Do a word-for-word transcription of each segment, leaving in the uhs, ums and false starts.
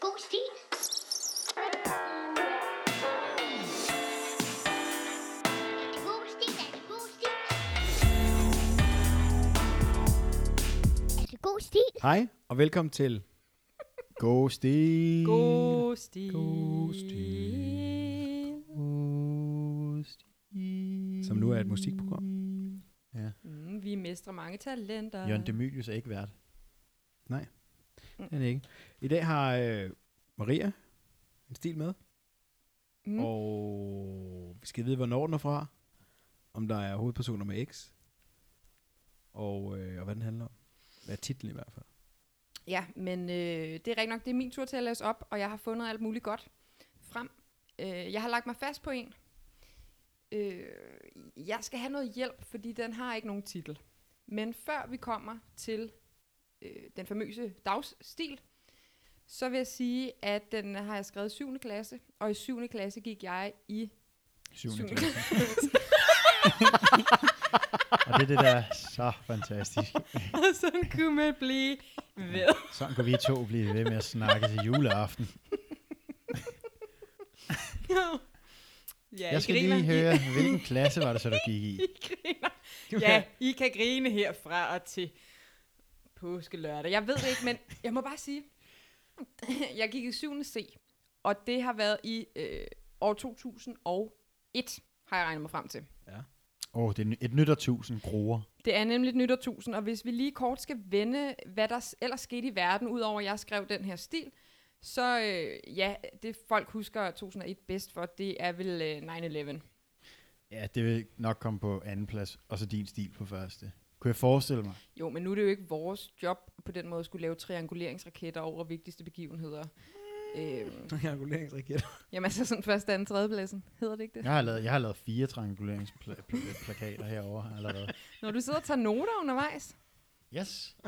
God stil. God stil, er det god stil? Er det god stil? Hej, og velkommen til God Stil. God stil. God stil. God stil. Som nu er et musikprogram. Ja. Mm, vi mestrer mange talenter. Jørgen Demilius er ikke vært. Nej, det er det ikke. I dag har øh, Maria en stil med. Mm. Og vi skal vide, hvornår den er fra. Om der er hovedpersoner med X. Og, øh, og hvad den handler om. Hvad er titlen i hvert fald? Ja, men øh, det er rigtig nok, det er min tur til at læse op, og jeg har fundet alt muligt godt frem. Øh, jeg har lagt mig fast på en. Øh, jeg skal have noget hjælp, fordi den har ikke nogen titel. Men før vi kommer til øh, den famøse dagsstil, så vil jeg sige, at den har jeg skrevet i syvende klasse, og i syvende klasse gik jeg i syvende klasse. Og det er det, der er så fantastisk. Og sådan kunne man blive ved. Sådan kan vi to blive ved med at snakke til juleaften. Ja, Jeg skal I griner. lige høre, hvilken klasse var det så, du gik i? I griner. Ja, I kan grine herfra og til påskelørdag. Jeg ved det ikke, men jeg må bare sige, jeg gik i syvende C, og det har været i øh, år to tusind og et, har jeg regnet mig frem til. Ja. Åh, oh, det er et nytårtusind groer. Det er nemlig et nytårtusind, og hvis vi lige kort skal vende, hvad der ellers skete i verden, udover at jeg skrev den her stil, så øh, ja, det folk husker to tusind og et bedst for, det er vel øh, nine eleven. Ja, det vil nok komme på anden plads, og så din stil på første. Kunne jeg forestille mig? Jo, men nu er det jo ikke vores job på den måde at skulle lave trianguleringsraketter over vigtigste begivenheder. Øhm, Trianguleringsraketter. jamen altså sådan første, anden, tredje pladsen. Hedder det ikke det? Jeg har lavet, jeg har lavet fire trianguleringsplakater herovre allerede. Når du sidder og tager noter undervejs. Yes.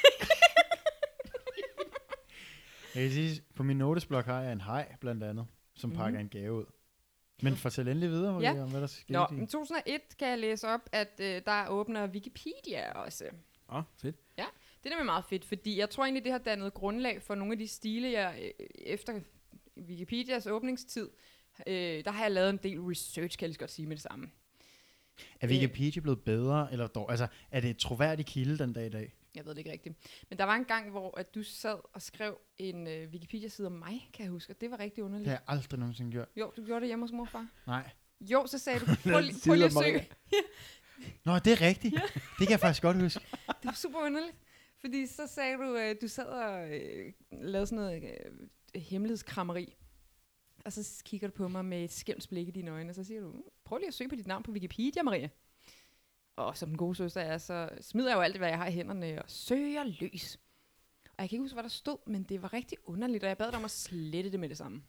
Jeg kan sige, på min notesblok har jeg en haj, blandt andet, som pakker Mhm. en gave ud. Men fortæl endelig videre, Maria, Ja. om hvad der skete. Nå, i- i to tusind og et kan jeg læse op, at øh, der åbner Wikipedia også. Åh, oh, fedt. Det er nemlig meget fedt, fordi jeg tror egentlig, det har dannet grundlag for nogle af de stile, jeg øh, efter Wikipedias åbningstid, øh, der har jeg lavet en del research, kan jeg lige så godt sige med det samme. Er Wikipedia blevet bedre, eller dog, altså, er det et troværdig kilde den dag i dag? Jeg ved det ikke rigtigt. Men der var en gang, hvor at du sad og skrev en øh, Wikipedia-side om mig, kan jeg huske, og det var rigtig Det underligt. har jeg aldrig nogensinde gjort. Jo, du gjorde det hjemme hos morfar. Nej. Jo, så sagde du, prøv, lige- prøv lige at søge. Nå, det er rigtigt. Det kan jeg faktisk godt huske. Det var super underligt. Fordi så sagde du, øh, du sad og øh, lavede sådan noget øh, hemmelighedskrammeri. Og så kigger du på mig med et skælms blik i dine øjne, og så siger du, prøv lige at søge på dit navn på Wikipedia, Maria. Og som den gode søster er, så smider jeg jo alt, hvad jeg har i hænderne, og søger løs. Og jeg kan ikke huske, hvad der stod, men det var rigtig underligt, og jeg bad dig om at slette det med det samme.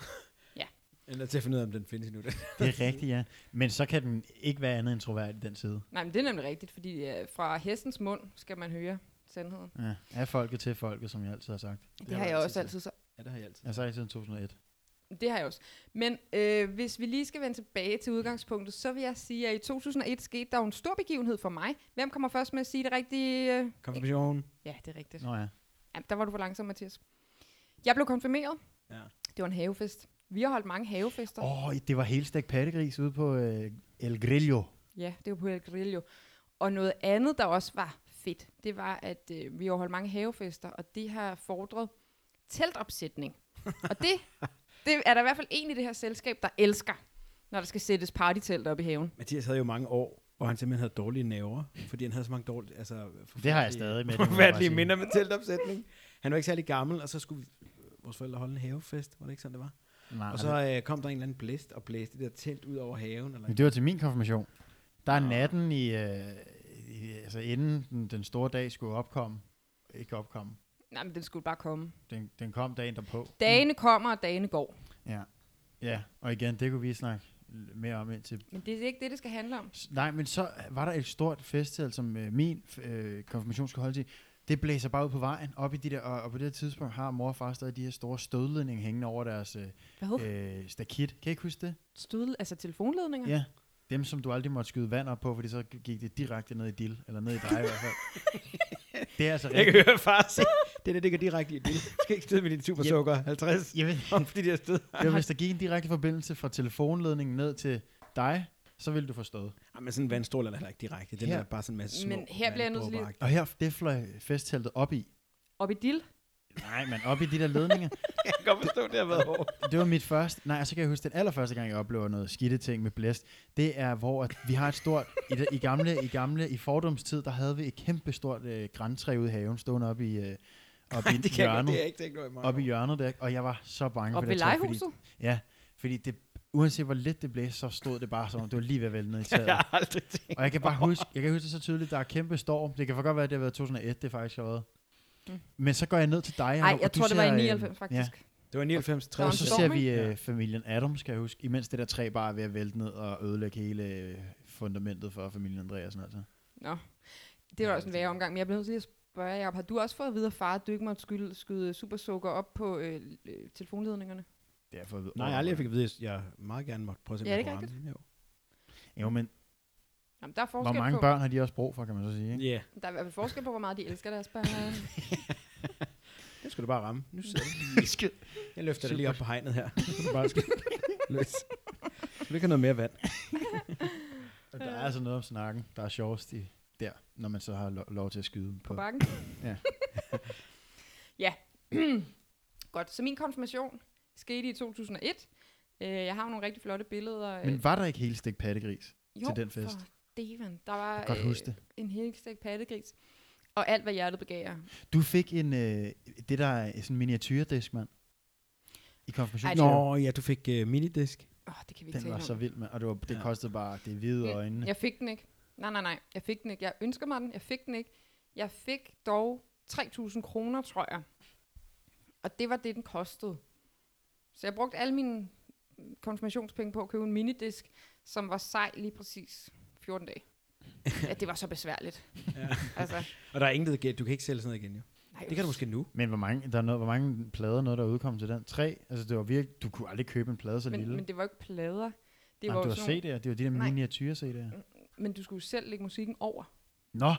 Eller til at finde ud af, om den findes endnu. Det er rigtigt, ja. Men så kan den ikke være andet end troværdig, den side. Nej, men det er nemlig rigtigt, fordi øh, fra hestens mund skal man høre sandheden. Ja, er folket til folket, som jeg altid har sagt. Det, har har du jeg altid også sagt. altid så. Ja, det har jeg altid. Jeg har sagt siden to tusind og et. Det har jeg også. Men øh, hvis vi lige skal vende tilbage til udgangspunktet, så vil jeg sige, at i to tusind og et skete der jo en stor begivenhed for mig. Hvem kommer først med at sige det rigtige? Øh? Konfirmation. Ja, det er rigtigt. Nå ja. Ja, der var du for langsom, Mathias. Jeg blev konfirmeret. Ja. Det var en havefest. Vi har holdt mange havefester. Åh, oh, det var helstegt pattegris ude på øh, El Grillo. Ja, det var på El Grillo. Og noget andet, der også var fedt, det var, at øh, vi har holdt mange havefester, og det har fordret teltopsætning. Og det, det er der i hvert fald en i det her selskab, der elsker, når der skal sættes partytelt op i haven. Mathias havde jo mange år, hvor han simpelthen havde dårlige nerver, fordi han havde så mange dårlige, altså Det har jeg stadig med. det må jeg bare forfærdelige sige. minder med teltopsætning. Han var ikke særlig gammel, og så skulle vi, vores forældre holde en havefest, var det ikke sådan, det var? Nej, Og så øh, kom der en eller anden blæst og blæste det der telt ud over haven. Eller Men det var til min konfirmation. Der er Nå. natten i, øh, i altså inden den, den store dag skulle opkomme. Ikke opkomme. Nej, men den skulle bare komme. Den, den kom dagen derpå. Dagene kommer, og dagene går. Ja. Ja, og igen, det kunne vi snakke l- mere om indtil. Men det er ikke det, det skal handle om. S- Nej, men så var der et stort festival, som øh, min øh, konfirmation skulle holde til. Det blæser bare ud på vejen, op i de der, og, og på det tidspunkt har mor og far stadig de her store stødledninger hængende over deres øh, Hvad? øh, stakit. Kan I ikke huske det? Stød, altså telefonledninger? Ja. Dem, som du aldrig måtte skyde vand op på, fordi så gik det direkte ned i dild, eller ned i dig i hvert fald. Det er altså Jeg kan rigtigt. høre far sige, Det der, det går direkte i det. Du skal ikke støde med din supersukker halvtreds. Jeg ved, Om fordi det er stød. det var, hvis der gik en direkte forbindelse fra telefonledningen ned til dig, så ville du forstå. Men sådan en vandstråle er heller ikke direkte. Den Her. er bare sådan en masse små Men her bliver jeg nødt til lige- vanddråber-agtige. Og her, det fløj festteltet op i. Op i dild. Nej, men op i de der ledninger. Jeg kan godt forstå, det har været hårdt. Det var mit første, nej, så kan jeg huske, den allerførste gang, jeg oplever noget skidte ting med blæst, det er, hvor at vi har et stort, i, det, i gamle, i gamle, i fordumstid, der havde vi et kæmpe stort øh, grantræ ude i haven, stående op i, øh, op i det kan jeg, hjørnet, det er ikke tænkt noget i mig. op i hjørnet der, og jeg var så bange Op for ved det træ, fordi, legehuset. ja, fordi det, uanset hvor lidt det blæste, så stod det bare som, om det var lige ved at vælte ned i Jeg taget. har aldrig tænkt. Og jeg kan bare huske, jeg kan huske det så tydeligt, der er kæmpe storm, det kan for godt være, at det har været to tusind og et, det faktisk har været. Mm. Men så går jeg ned til dig, Nej, og jeg du tror, det var ser, i øh, nioghalvfems faktisk. Det var nioghalvfems, Der var Og en så storm, ser vi ikke? øh, familien Adams, kan jeg huske, imens det der træ bare er ved at vælte ned og ødelægge hele øh, fundamentet for familien Andreasen. Altså. Nå, det var også en værre omgang, men jeg blev nødt til at spørge jer, har du også fået at vide af far, at du ikke måtte skyde, skyde supersukker op på øh, øh, telefonledningerne? Det er for at vide. Nej, jeg har aldrig fik at vide, at jeg meget gerne måtte prøve at se, Ja, om det jeg er kunne rigtigt. ramme den. Jo. Jo, men Jamen, der er hvor forskel mange på, børn har de også brug for, kan man så sige, ikke? Ja, yeah. der er i hvert fald forskel på, hvor meget de elsker deres børn. det skulle du bare ramme. Nu sidder du. Jeg løfter det lige op på hegnet her. Så du bare skal løs. Så du ikke have noget mere vand. Og der er altså noget om snakken, der er sjovest i der, når man så har lo- lov til at skyde På på. bakken? Ja. Ja. Godt, så min konfirmation skete i to tusind og et. Øh, jeg har jo nogle rigtig flotte billeder. øh, Men var der ikke helt stik pattegris jo, til den fest? for Steven. Der var Jeg kan godt huske det. en helt stegt pattegris. Og alt, hvad hjertet begærer. Du fik en, øh, det der er sådan en miniatyrdisk, mand. I Ej, konfirmationen. det- Nå, ja, du fik uh, minidisk. Åh, oh, det kan vi ikke Den tale var om. så vild, mand. Og det, var, det Ja. kostede bare det hvide øjnene. Jeg fik den ikke. Nej, nej, nej. Jeg fik den ikke. Jeg ønsker mig den. Jeg fik den ikke. Jeg fik dog tre tusind kroner, tror jeg. Og det var det, den kostede. Så jeg brugte alle mine konfirmationspenge på at købe en minidisk, som var sej lige præcis fjorten dage. Ja, det var så besværligt. Ja. Altså, Og der er ingen, der kan, du kan ikke sælge sådan noget igen, jo. nej, Det kan du måske nu. Men hvor mange, der er noget, hvor mange plader noget, der udkom til den? Tre? Altså, det var virkelig, du kunne aldrig købe en plade så men, lille. men det var ikke plader. Det Nej, var du jo har sådan C D'er. Det var de der Nej. miniatyre C D'er. men du skulle jo selv lægge musikken over. Nå,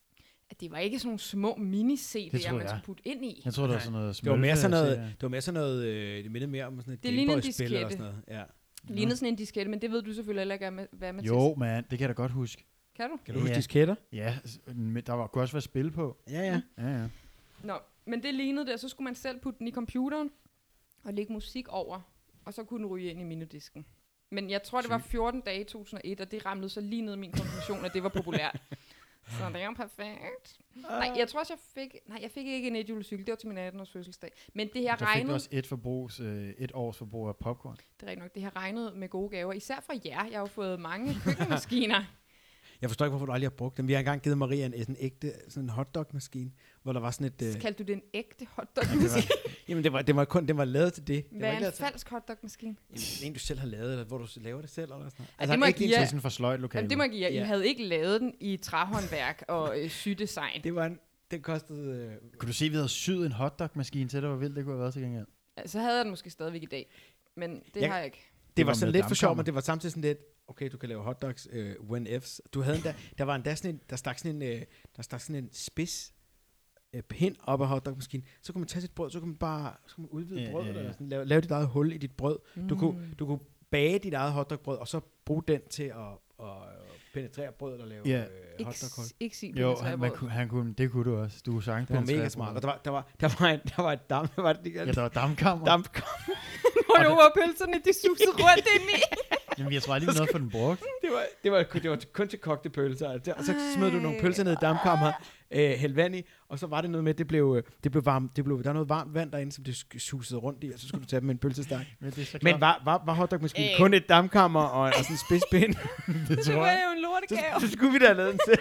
At det var ikke sådan nogle små mini-C D'er, troede man jeg. skulle putte ind i. jeg tror det var Nej. sådan noget Det var mere sådan noget, Smølfe-C D'er. det var mere sådan noget, øh, det mindede mere om sådan et Det lignede en Gameboy-spil eller diskette. sådan noget. Ja. Det lignede sådan en diskette, men det ved du selvfølgelig heller ikke, med- hvad med Jo, man, det kan jeg da godt huske. Kan du? Kan du Ja, huske ja. disketter? Ja, s- men der var, kunne også være spil på. Ja, ja. Ja, ja. Nå, men det lignede det, og så skulle man selv putte den i computeren og lægge musik over, og så kunne den ryge ind i minidisken. Men jeg tror, det var fjorten dage i to tusind og et, og det ramlede så lige ned i min konfirmation, at det var populært. Så det er jo perfekt. Nej, jeg tror også, jeg fik... Nej, jeg fik ikke en etjulecykel. Det var til min atten-års fødselsdag. Men det her Der fik du regnede... også et, forbrugs, øh, et års forbrug af popcorn. Det er rigtigt nok. Det her regnede med gode gaver. Især fra jer. Jeg har jo fået mange køkkenmaskiner. Jeg forstår ikke, hvorfor du aldrig har brugt dem. Vi har engang givet Maria en, sådan en ægte sådan en hotdog-maskine, hvor der var sådan et... Så Øh, kaldte du det en ægte Det hotdog-maskine? jamen, det var, det var kun det var lavet til det. det Hvad var er en altid- falsk hotdog-maskine? Jamen, en, du selv har lavet, eller hvor du laver det selv, eller sådan noget. Ja, det må jeg ikke give en Det jer. er sådan for sløjt lokale. Jamen, det må jeg give jer. I Ja. havde ikke lavet den i træhåndværk og øh, sydesign. Det var en, den kostede... Øh, Kunne du se, at vi havde syet en hotdog-maskine til? Det var vildt, det kunne have været til gengæld. Ja, så havde jeg den måske stadigvæk i dag. Men det Jeg- har jeg ikke. det, var var sådan med lidt for sjov, dampkammer. men det var samtidig sådan lidt, okay, du kan lave hotdogs, øh, when ifs. Du havde endda, der var endda sådan en, der stak sådan en, øh, der stak sådan en spids øh, pind op af hotdogmaskinen. Så kunne man tage sit brød, så kunne man bare, så kunne man udvide Ja, brødet, ja, ja. eller sådan, lave, lave dit eget hul i dit brød. Du, Mm. kunne, du kunne bage dit eget hotdogbrød, og så bruge den til at, at penetrere brødet og lave Ja. øh, Ikke, hotdoghul. s- ikke sig Jo, på han, man, kunne, han kunne, det kunne du også. Du kunne sagtens Det var penetrere mega brød. smart. Og der var, der var, der var, en, der var et dam, hvad var det, de Ja, kaldte? der var dampkammer. Damp. Hvor du var pølserne, de susede rundt ind i. Jamen, jeg tror aldrig, vi nåede for den brugt. Det var, det var, det var kun til kogte pølser. Og, der, og så smed du nogle Ej. pølser ned i dampkammer, øh, hældte vand i, og så var det noget med, at det blev, øh, det blev varmt. Det blev, der var noget varmt vand derinde, som det sk- susede rundt i, og så skulle du tage dem med en pølsestang. Men det er så Men klart. var, var, var hotdogmaskinen Øh. kun et dampkammer og, og sådan en spidspind? det Det tror var jeg. jo en lortegave. så, så skulle vi da have lavet den selv.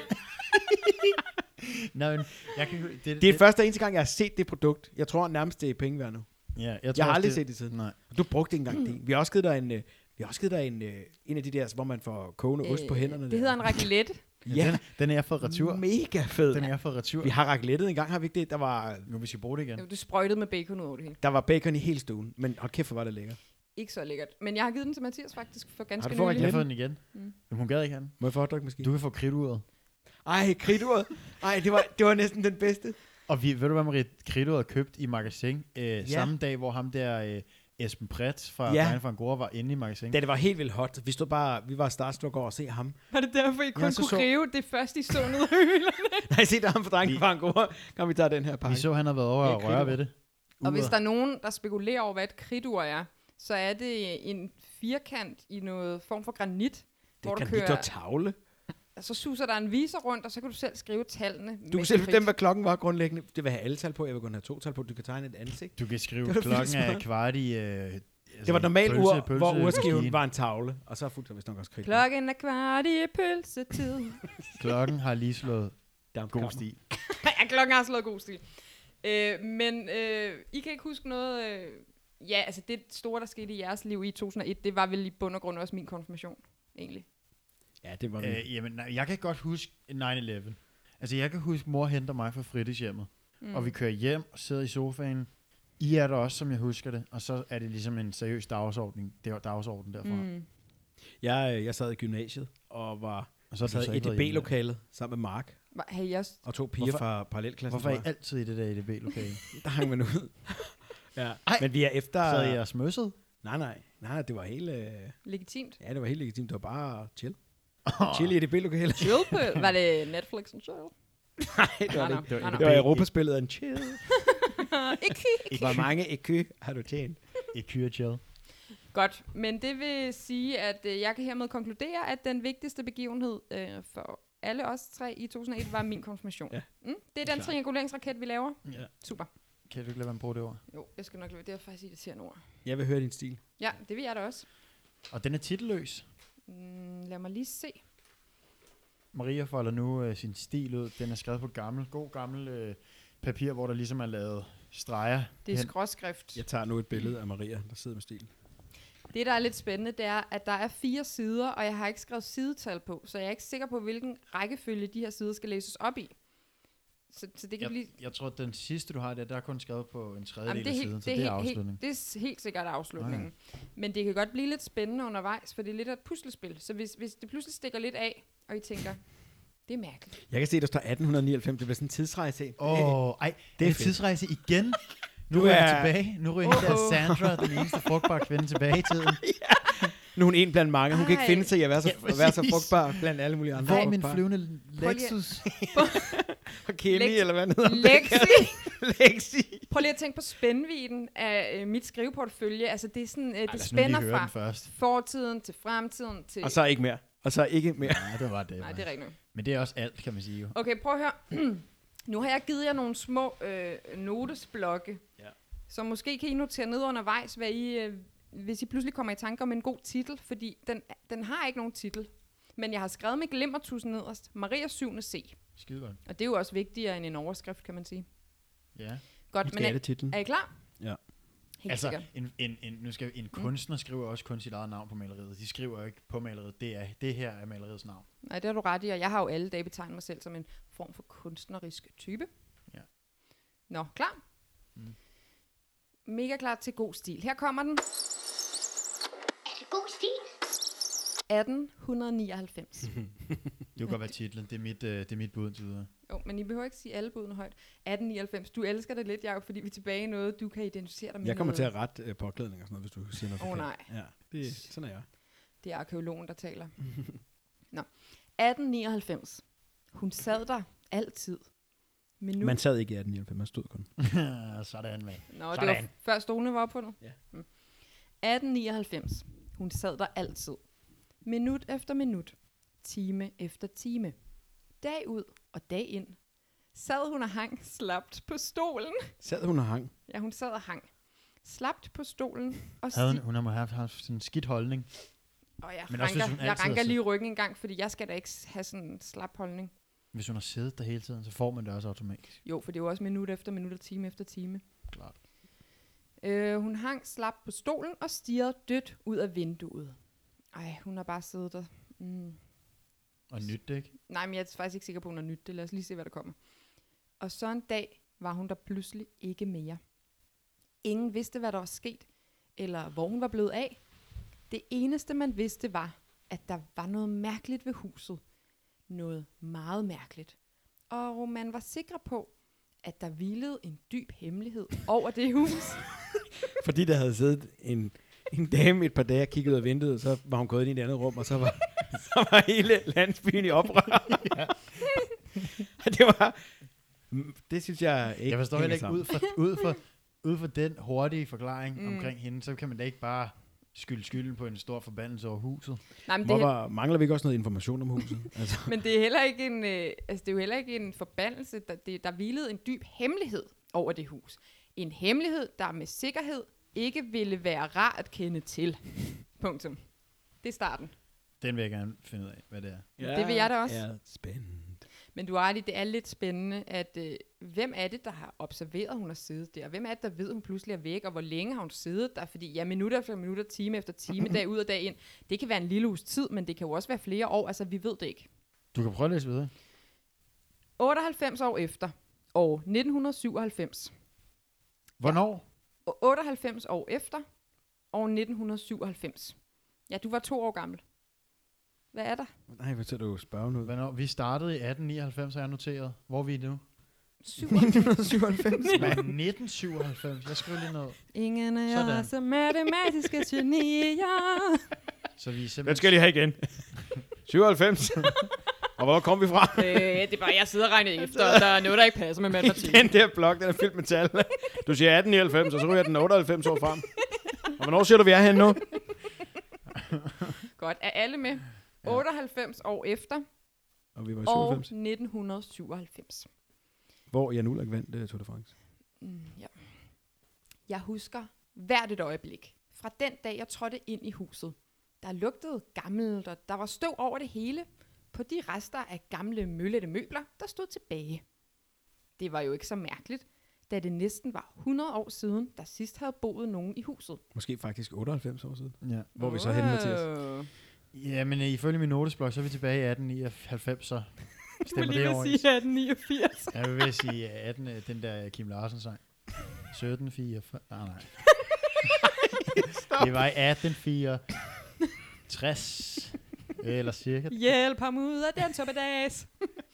Nå, men jeg kan, det, Det er første og eneste gang, jeg har set det produkt. Jeg tror nærmest, det er penge værd nu. Ja, jeg, Jeg, tror har også, aldrig det, set det siden. Nej. Og du brugte ikke engang det. Vi har også givet dig en, øh, vi har også givet dig en, øh, en af de der, hvor man får kogende ost på hænderne. Det der. hedder en raclette. Ja, Den, den er jeg for retur. mega fed. Den er jeg for retur. Vi har raclettet en gang, har vi ikke det? Der var, Nu vi skal bruge det igen. Du sprøjtede med bacon ud over det hele. der var bacon i hele stuen, men hold kæft, hvor var det lækkert. Ikke så lækkert. Men jeg har givet den til Mathias faktisk for ganske du fået nylig. Jeg har fået den igen. Mm. Men hun gad ikke have den. Må jeg få hotdogmaskinen? Du kan få kridturet. Ej, kridturet. Ej, det var, det var næsten den bedste. Og vi, ved du hvad, Marie Kridto havde købt i magasin øh, ja. samme dag, hvor ham der øh, Esben Pretz fra Ja. Drengene fra Angora var inde i magasin. Da det var helt vildt hot. Vi stod bare, vi var starstruck over at se ham. Var det derfor, I kun Ja, så kunne så- rive det første, I så ned af hylderne? Nej, se der ham for drengen Vi- fra Angora. Kan vi tage den her Vi pakke? så, han havde været over Ja, og røre Kridto. ved det. Og hvis Uret. der er nogen, der spekulerer over, hvad et kridtur er, så er det en firkant i noget form for granit, Det hvor kan du vi kører, da tavle. så suser der en viser rundt, og så kan du selv skrive tallene. Du med kan selv kridt. bestemme, hvad klokken var grundlæggende. Det vil have alle tal på. Jeg vil kun have to tal på. Du kan tegne et ansigt. Du kan skrive, Det var klokken vildt er smart. kvart i... Øh, altså, Det var et normalt pølse- ur, pølse- hvor urskiven maskine. var en tavle. Og så fulgte der vist nok også kridt. Klokken er kvart i pølsetid. Klokken har lige slået god Dampkammer. stil. Ja, klokken har slået god stil. Øh, men øh, I kan ikke huske noget... Øh, ja, altså det store, der skete i jeres liv i to tusind og et, det var vel i bund og grund også min konfirmation, egentlig. Ja, det var vi. Øh, jamen, nej, jeg kan godt huske nine eleven. Altså, jeg kan huske, mor henter mig fra fritidshjemmet. Mm. Og vi kører hjem og sidder i sofaen. I er der også, som jeg husker det. Og så er det ligesom en seriøs dagsorden, det var dagsorden derfra. Mm. Mm. Jeg, øh, jeg sad i gymnasiet og var Og så er sad du så i ikke været hjemme der. E D B-lokalet sammen med Mark Var- Havde I også... og to piger Hvorfor- fra parallelklassen. Hvorfor er I tror jeg. altid i det der E D B-lokale? Der hang man ud. ja. Ej. Men vi er efter... Så er I også møsset? Nej, nej. Nej, det var helt... Øh... Legitimt. Ja, det var helt legitimt. Det var bare chill. Chill i E D B-lokalet. Chill på... Var det Netflix and chill? Nej, det var Nej, det ikke. nej, nej, Det nej. var Europaspillet af en chill. Ikke. Hvor mange ekø har du tjent? I kyre chill. Godt, men det vil sige, at øh, jeg kan hermed konkludere, at den vigtigste begivenhed øh, for alle os tre i to tusind og et var min konfirmation. Ja. Mm? Det er den Klart. trianguleringsraket, vi laver. Ja. Super. Kan du ikke lade være med at bruge det ord? Jo, jeg skal nok lade. Det er faktisk irriterende ord. Jeg vil høre din stil. Ja, det vil jeg da også. Og den er titelløs. Mm, lad mig lige se. Maria folder nu øh, sin stil ud. Den er skrevet på gammel, god gammel øh, papir, hvor der ligesom er lavet streger. Det er hen. skråskrift. Jeg tager nu et billede af Maria, der sidder med stil. Det, der er lidt spændende, det er, at der er fire sider, og jeg har ikke skrevet sidetal på, så jeg er ikke sikker på, hvilken rækkefølge de her sider skal læses op i. Så, så det kan Jeg, blive... jeg tror, at den sidste, du har der, der er kun skrevet på en tredjedel Jamen, det, er af helt, siden, så det, er det er helt, afslutning. helt, det er s- helt sikkert afslutningen. Men det kan godt blive lidt spændende undervejs, for det er lidt af et puslespil. Så hvis, hvis det pludselig stikker lidt af, og I tænker, det er mærkeligt. Jeg kan se, der står atten nioghalvfems. Det bliver sådan en tidsrejse. Åh, oh, ej, det er er en fedt. tidsrejse igen. Nu Du er er- vi tilbage. Nu ryger hende der Åh, åh. Sandra, den eneste frugtbare kvinde, tilbage i tiden. Nu er hun en blandt mange. Hun kan ikke Ej. finde sig i at være så, Ja, at være så præcis. frugtbar blandt alle mulige andre. Hvor er min frugtbare. flyvende lige- Lexus? Og Kenny, Lex- eller hvad den hedder. Lexi! Lexi. Prøv lige at tænke på spændvidden af øh, mit skriveportfølje. Altså, det er sådan, øh, Ej, det lad os nu lige spænder høre fra den først. fortiden til fremtiden til... Og så ikke mere. Og så ikke mere. Nej, det var det. Nej, det er rigtigt. Men det er også alt, kan man sige jo. Okay, prøv at høre. Nu har jeg givet jer nogle små øh, notesblokke, Ja. så måske kan I notere ned undervejs, hvad I, øh, hvis I pludselig kommer i tanke om en god titel, fordi den, den har ikke nogen titel. Men jeg har skrevet med glimmertusen nederst, Maria syvende C. Skide godt. Og det er jo også vigtigere end en overskrift, kan man sige. Ja. Godt, Måske men er er, det titlen. er I klar? Ja. Helt Altså, sikkert. en, en, en, nu skal, en kunstner skriver også kun sit eget navn på maleriet. De skriver jo ikke på maleriet. Det, er, det her er maleriets navn. Nej, det har du ret i, og jeg har jo alle dage betegnet mig selv som en form for kunstnerisk type. Ja. Nå, klar? Mm. Mega klar til god stil. Her kommer den. Er det god stil? atten nioghalvfems. Det kunne godt være titlen. Det er mit, øh, det er mit bud til videre. Jo, men I behøver ikke sige alle budene højt. atten nioghalvfems. Du elsker det lidt, Jacob, fordi vi er tilbage i noget, du kan identificere dig med. Jeg kommer til noget. at rette øh, påklædning og sådan noget, hvis du siger noget Åh, forkert. nej. Ja, det, sådan er jeg. Det er arkeologen, der taler. Nå. atten nioghalvfems. Hun sad der altid. Minut. Man sad ikke i atten nioghalvfems, man stod kun. Sådan, mand. Nå, det Sådan. var før stolene var opfundet. Ja. Mm. atten nioghalvfems. Hun sad der altid. Minut efter minut. Time efter time. Dag ud og dag ind. Sad hun og hang slapt på stolen. Sad hun og hang. Ja, hun sad og hang. Slapt på stolen. Og Havde hun, sti- hun har haft, haft sådan en skidt holdning. og jeg Men også hvis ranker, hun jeg altid har ranker siddet- lige ryggen en gang, fordi jeg skal da ikke s- have sådan en slap holdning. Hvis hun har siddet der hele tiden, så får man det også automatisk. Jo, for det er jo også minut efter minut og time efter time. Klart. Øh, hun hang slap på stolen og stirrede dødt ud af vinduet. Ej, hun har bare siddet der. Mm. Og nyt det, ikke? Nej, men jeg er faktisk ikke sikker på, hun har nyt det. Lad os lige se, hvad der kommer. Og så en dag var hun der pludselig ikke mere. Ingen vidste, hvad der var sket, eller hvor hun var blevet af. Det eneste, man vidste, var, at der var noget mærkeligt ved huset. Noget meget mærkeligt. Og man var sikker på, at der hvilede en dyb hemmelighed over det hus. Fordi der havde siddet en, en dame et par dage og kigget ud af vinduet, og så var hun gået ind i et andet rum, og så var, så var hele landsbyen i oprør. Ja. Det var... Det synes jeg ikke Jeg forstår heller ikke, sammen. ud fra, ud, fra, ud fra den hurtige forklaring Mm. mm. omkring hende, så kan man da ikke bare skylde skylden på en stor forbandelse over huset. Nej, men, det, Hvorfor mangler vi ikke også noget information om huset? Altså. men det er heller ikke en, øh, altså det er jo heller ikke en forbandelse. Der, det, der hvilede en dyb hemmelighed over det hus. En hemmelighed, der med sikkerhed ikke ville være rar at kende til. Punktum. Det er starten. Den vil jeg gerne finde ud af, hvad det er. Det vil jeg da også. Ja, spændende. Men du har ret i, det er lidt spændende, at øh, hvem er det, der har observeret, at hun har siddet der? Hvem er det, der ved, at hun pludselig er væk, og hvor længe har hun siddet der? Fordi ja, minutter efter minutter, time efter time, dag ud og dag ind, det kan være en lille uges tid, men det kan jo også være flere år, altså vi ved det ikke. Du kan prøve at læse videre. otteoghalvfems år efter, år nitten syvoghalvfems. Hvornår? Og otteoghalvfems år efter, år nitten syvoghalvfems. Ja, du var to år gammel. Hvad er der? Nej, hvor ser du spørge ud? Hvornår? Vi startede i atten nioghalvfems, har jeg noteret. Hvor er vi nu? nitten syvoghalvfems. Hvad? nitten syvoghalvfems. Jeg skriver lige noget. Ingen af Sådan. jer så matematiske genier. Så vi er Den simpelthen... skal jeg lige have igen. syvoghalvfems. Og hvor kom vi fra? øh, det er bare, jeg sidder og regner efter, og der er noget, der ikke passer med matematik. Den der blok, den er fyldt med tal. Du siger atten nioghalvfems, og så ryger den otteoghalvfems år frem. Og hvornår siger du, vi er henne nu? Godt, er alle med? otteoghalvfems år efter, Og vi var år syvoghalvfems. nitten syvoghalvfems. Hvor Jan Ulrik vandt uh, Tour de France. Mm, ja. Jeg husker hvert et øjeblik. Fra den dag, jeg trådte ind i huset. Der lugtede gammelt, og der var støv over det hele. På de rester af gamle møllette møbler, der stod tilbage. Det var jo ikke så mærkeligt, da det næsten var hundrede år siden, der sidst havde boet nogen i huset. Måske faktisk otteoghalvfems år siden. Ja. Hvor er vi så henne, Mathias? Åh. Ja, men øh, ifølge min notesblok, så er vi tilbage i atten nioghalvfems, så Du vil stemmer lige det vil overens. sige atten niogfirs. Jeg vil sige atten, øh, den der Kim Larsen sang. sytten fireogfyrre. Ah, nej. Det var i atten fireogtres. Eller cirka. Hjælp ham ud af den toppedags.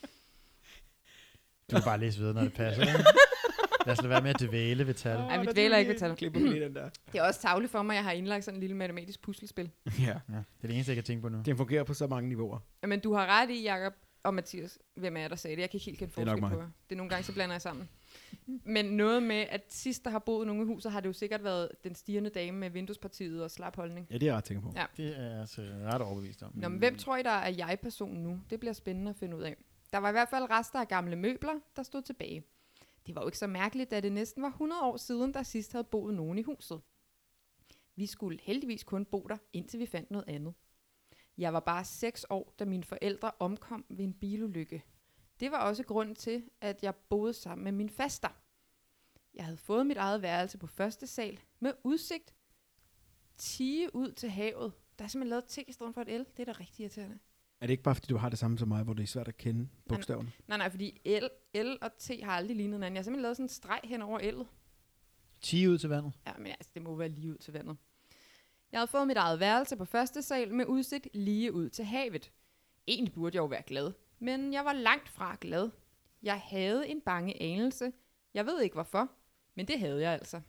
Du kan bare læse videre, når det passer. Ikke? Lad os lade være med at dvæle ved tal. Ej, vi dvæler ikke ved tal. Klipper lige den der. Det er også tavligt for mig, at jeg har indlagt sådan en lille matematisk puslespil. Ja. Ja, det er det eneste, jeg kan tænke på nu. Den fungerer på så mange niveauer. Men du har ret i, Jacob og Mathias, hvem er der sagde det. Jeg kan ikke helt kende Det er nok forskel på mig. jer. Det er nogle gange, så blander jeg sammen. Men noget med, at sidst der har boet nogen i huset, har det jo sikkert været den stirrende dame med vinduespartiet og slap holdning. Ja, det er jeg ret tænker på. Ja. Det er jeg altså ret overbevist om. Nå, men hvem tror I, der er jeg-personen nu? Det bliver spændende at finde ud af. Der var i hvert fald rester af gamle møbler, der stod tilbage. Det var jo ikke så mærkeligt, da det næsten var hundrede år siden, der sidst havde boet nogen i huset. Vi skulle heldigvis kun bo der, indtil vi fandt noget andet. Jeg var bare seks år, da mine forældre omkom ved en bilulykke. Det var også grunden til, at jeg boede sammen med min faster. Jeg havde fået mit eget værelse på første sal med udsigt tie ud til havet. Der er simpelthen lavet T i stedet for et L. Det er da rigtig irriterende. Er det ikke bare, fordi du har det samme som mig, hvor det er svært at kende bogstaverne? Nej, nej, fordi L, L og T har aldrig lignet hinanden. Jeg har simpelthen lavet sådan en streg hen over L'et. ti ud til vandet. Ja, men altså, det må være lige ud til vandet. Jeg havde fået mit eget værelse på første sal med udsigt lige ud til havet. Egentlig burde jeg jo være glad, men jeg var langt fra glad. Jeg havde en bange anelse. Jeg ved ikke hvorfor, men det havde jeg altså.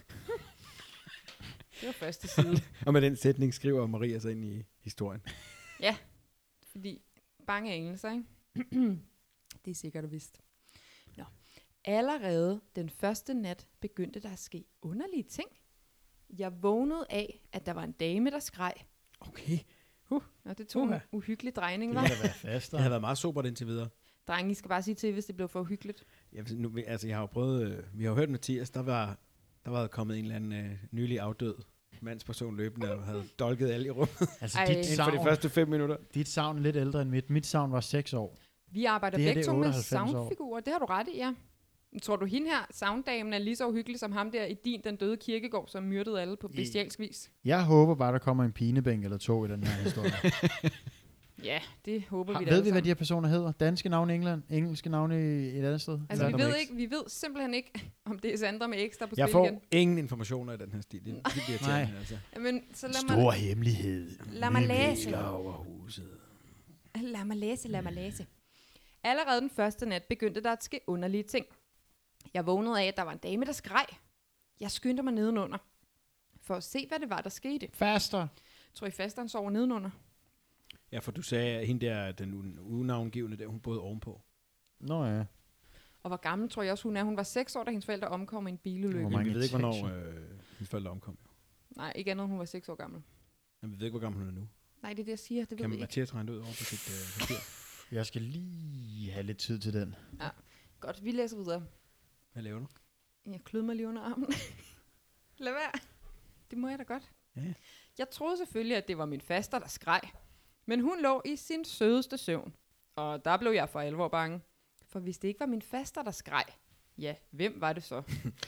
Det var første side. Og med den sætning skriver Maria sig ind i historien. Ja, fordi bange anelser, ikke? Det er sikkert og vist. Nå. Allerede den første nat begyndte der at ske underlige ting. Jeg vågnede af, at der var en dame, der skreg. Okay. Nå, det tog Uha. en uhyggelig drejning, Det var. kan da være fast. Det har været meget sobert indtil videre. Drenge, I skal bare sige til, hvis det blev for uhyggeligt. Jeg, vil- nu, altså, jeg har jo prøvet, øh, vi har jo hørt Mathias, der var, der var kommet en eller anden øh, nylig afdød mandsperson løbende og havde dolket alle i rummet Altså, Ej. dit inden for savn, de første fem minutter. dit savn er lidt ældre end mit. Mit savn var seks år. Vi arbejder Det her, begge det er to med otteoghalvfems år. soundfigurer. Det har du ret i, ja. Tror du, hende her, sounddamen, er lige så uhyggelig som ham der i din, den døde kirkegård, som myrdede alle på I- bestialsk vis? Jeg håber bare, der kommer en pinebænk eller to i den her historie. Ja, det håber Har, vi da ved alle vi, hvad sammen. de her personer hedder? Danske navne i England? Engelske navne i et andet sted? Altså, vi Sandra ved, med ikke, vi ved simpelthen ikke, om det er Sandra med X, der er på Jeg spil får igen. ingen informationer i den her stil. Det, det bliver Nej. irriterende, altså. Jamen, så lad mig, hemmelighed. lad mig læse. Ligger over huset. Lad mig læse, lad mig læse. Allerede den første nat begyndte der at ske underlige ting. Jeg vågnede af, at der var en dame, der skreg. Jeg skyndte mig nedenunder, for at se, hvad det var, der skete. Faster. Tror I fasteren sover nedenunder? Ja, for du sagde, at hende der, den u- unavngivende der, hun boede ovenpå. Nå ja. Og hvor gammel tror jeg også, hun er? Hun var seks år, da hendes forældre omkom i en bilulykke. Hvor Men mange vi ved ikke, hvornår etager? øh, hendes forældre omkom. Jo. Nej, ikke andet, end hun var seks år gammel. Men vi ved ikke, hvor gammel hun er nu. Nej, det er det, jeg siger. Det ved Kan vi ikke. Mathias regne det ud over på sit øh, papir? Jeg skal lige have lidt tid til den. Godt, vi læser videre. Hvad laver du? Jeg klød mig lige under armen. Lad være. Det må jeg da godt. Ja. Jeg troede selvfølgelig, at det var min faster, der skreg. Men hun lå i sin sødeste søvn. Og der blev jeg for alvor bange. For hvis det ikke var min faster, der skreg, ja, hvem var det så?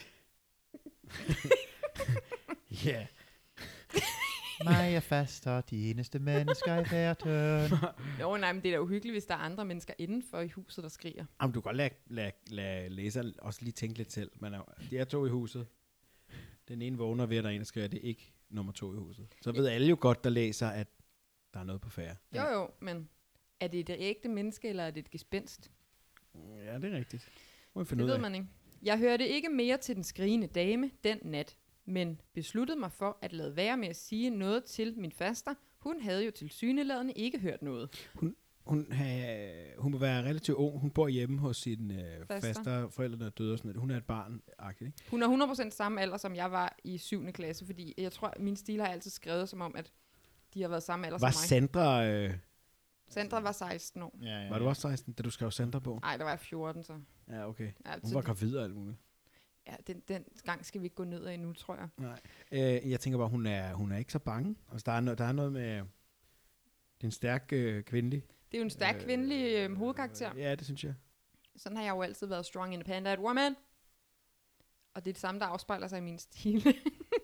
Ja. Yeah. Mig er faster, de eneste mennesker i verden. Jo, nej, men det er da uhyggeligt, hvis der er andre mennesker indenfor i huset, der skriger. Jamen, du kan godt lade, lade, lade læser også lige tænke lidt selv. Man er, de er to i huset. Den ene vågner ved, at der er en, der skriver, at det er ikke nummer to i huset. Så ved alle jo godt, der læser, at der er noget på færre. Jo, jo, men er det et ægte menneske, eller er det et gespenst? Ja, det er rigtigt. Må vi finde Det ud ved af. man ikke. Jeg hørte ikke mere til den skrigende dame den nat, men besluttede mig for at lade være med at sige noget til min faster. Hun havde jo tilsyneladende ikke hørt noget. Hun, ha, hun må være relativt ung. Hun bor hjemme hos sine øh, Faster. faster. Forældrene er døde og sådan noget. Hun er et barn. Ikke? Hun er hundrede procent samme alder, som jeg var i syvende klasse, fordi jeg tror, at min stil har altid skrevet som om, at de har været samme alder Var som mig. Sandra... Øh, Sandra var seksten år. Ja, ja, var du også seksten, da du skrev Sandra på? Nej, der var jeg fjorten, så. Ja, okay. Ja, Hun så var det- gravid og alt muligt. ja den, den gang skal vi ikke gå ned ad endnu, tror jeg. Nej. Øh, jeg tænker bare, hun er, hun er ikke så bange. Altså, der, er no, der er noget med... Det er en stærk øh, kvindelig. Det er jo en stærk Øh, kvindelig øh, hovedkarakter. Ja, det synes jeg. Sådan har jeg jo altid været strong independent woman. Og det er det samme, der afspejler sig i min stil.